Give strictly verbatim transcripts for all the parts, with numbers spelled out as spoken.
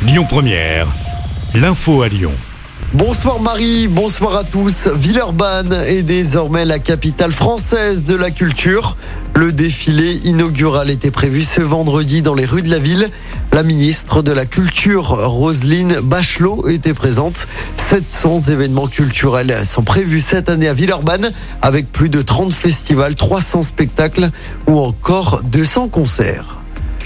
Lyon Première, l'info à Lyon. Bonsoir Marie, bonsoir à tous. Villeurbanne est désormais la capitale française de la culture. Le défilé inaugural était prévu ce vendredi dans les rues de la ville. La ministre de la Culture, Roselyne Bachelot, était présente. sept cents événements culturels sont prévus cette année à Villeurbanne, avec plus de trente festivals, trois cents spectacles ou encore deux cents concerts.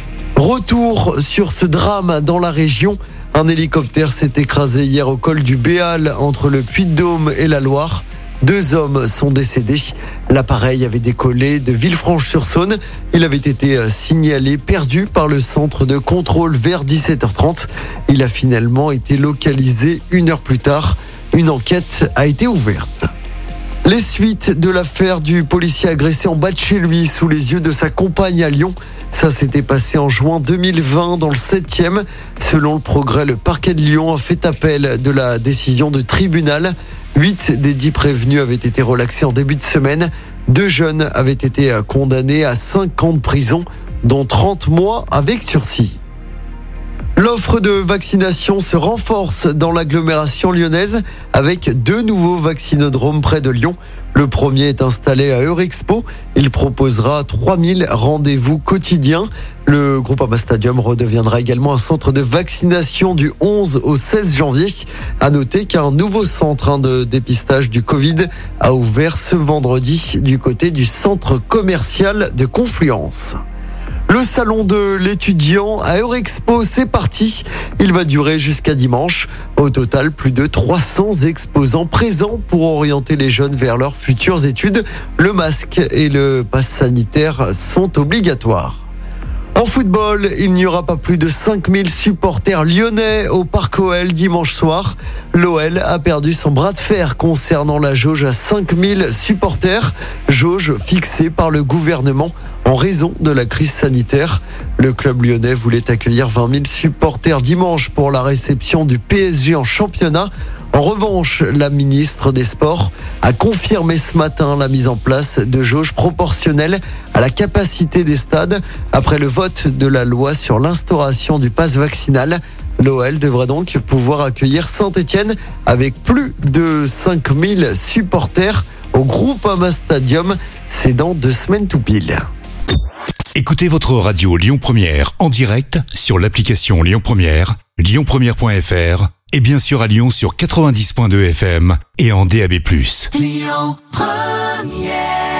Retour sur ce drame dans la région. Un hélicoptère s'est écrasé hier au col du Béal entre le Puy-de-Dôme et la Loire. Deux hommes sont décédés. L'appareil avait décollé de Villefranche-sur-Saône. Il avait été signalé perdu par le centre de contrôle vers dix-sept heures trente. Il a finalement été localisé une heure plus tard. Une enquête a été ouverte. Les suites de l'affaire du policier agressé en bas de chez lui sous les yeux de sa compagne à Lyon. Ça s'était passé en juin deux mille vingt dans le septième. Selon le Progrès, le parquet de Lyon a fait appel de la décision de tribunal. Huit des dix prévenus avaient été relaxés en début de semaine. Deux jeunes avaient été condamnés à cinq ans de prison, dont trente mois avec sursis. L'offre de vaccination se renforce dans l'agglomération lyonnaise avec deux nouveaux vaccinodromes près de Lyon. Le premier est installé à Eurexpo. Il proposera trois mille rendez-vous quotidiens. Le Groupama Stadium redeviendra également un centre de vaccination du onze au seize janvier. À noter qu'un nouveau centre de dépistage du Covid a ouvert ce vendredi du côté du centre commercial de Confluence. Le salon de l'étudiant à Eurexpo, c'est parti. Il va durer jusqu'à dimanche. Au total, plus de trois cents exposants présents pour orienter les jeunes vers leurs futures études. Le masque et le pass sanitaire sont obligatoires. En football, il n'y aura pas plus de cinq mille supporters lyonnais au Parc O L dimanche soir. L'O L a perdu son bras de fer concernant la jauge à cinq mille supporters, jauge fixée par le gouvernement en raison de la crise sanitaire. Le club lyonnais voulait accueillir vingt mille supporters dimanche pour la réception du P S G en championnat. En revanche, la ministre des Sports a confirmé ce matin la mise en place de jauges proportionnelles à la capacité des stades. Après le vote de la loi sur l'instauration du pass vaccinal, l'O L devrait donc pouvoir accueillir Saint-Etienne avec plus de cinq mille supporters au Groupama Stadium. C'est dans deux semaines tout pile. Écoutez votre radio Lyon Première en direct sur l'application Lyon Première, lyon première point f r et bien sûr à Lyon sur quatre-vingt-dix point deux F M et en D A B plus. Lyon Première.